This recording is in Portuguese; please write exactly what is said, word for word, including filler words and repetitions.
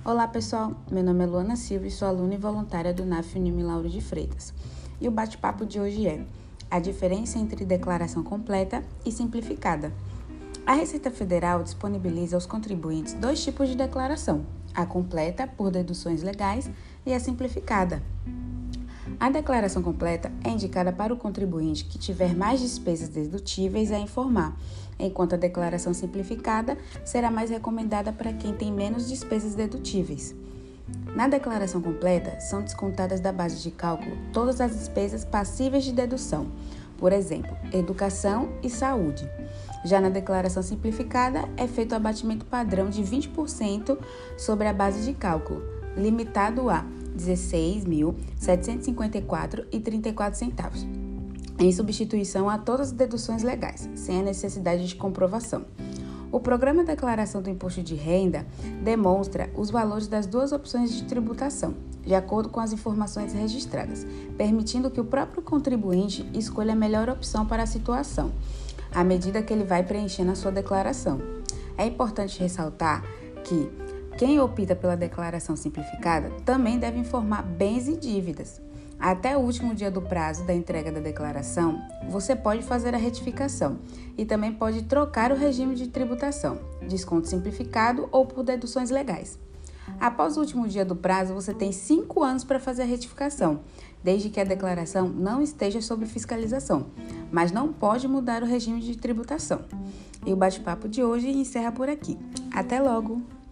Olá pessoal, meu nome é Luana Silva e sou aluna e voluntária do N A F Unime Lauro de Freitas. E o bate-papo de hoje é a diferença entre declaração completa e simplificada. A Receita Federal disponibiliza aos contribuintes dois tipos de declaração, a completa, por deduções legais, e a simplificada. A declaração completa é indicada para o contribuinte que tiver mais despesas dedutíveis a informar, enquanto a declaração simplificada será mais recomendada para quem tem menos despesas dedutíveis. Na declaração completa, são descontadas da base de cálculo todas as despesas passíveis de dedução, por exemplo, educação e saúde. Já na declaração simplificada, é feito o abatimento padrão de vinte por cento sobre a base de cálculo, limitado a dezesseis mil setecentos e cinquenta e quatro reais e trinta e quatro centavos, em substituição a todas as deduções legais, sem a necessidade de comprovação. O Programa de Declaração do Imposto de Renda demonstra os valores das duas opções de tributação, de acordo com as informações registradas, permitindo que o próprio contribuinte escolha a melhor opção para a situação, à medida que ele vai preenchendo a sua declaração. É importante ressaltar que quem opta pela declaração simplificada também deve informar bens e dívidas. Até o último dia do prazo da entrega da declaração, você pode fazer a retificação e também pode trocar o regime de tributação, desconto simplificado ou por deduções legais. Após o último dia do prazo, você tem cinco anos para fazer a retificação, desde que a declaração não esteja sob fiscalização, mas não pode mudar o regime de tributação. E o bate-papo de hoje encerra por aqui. Até logo!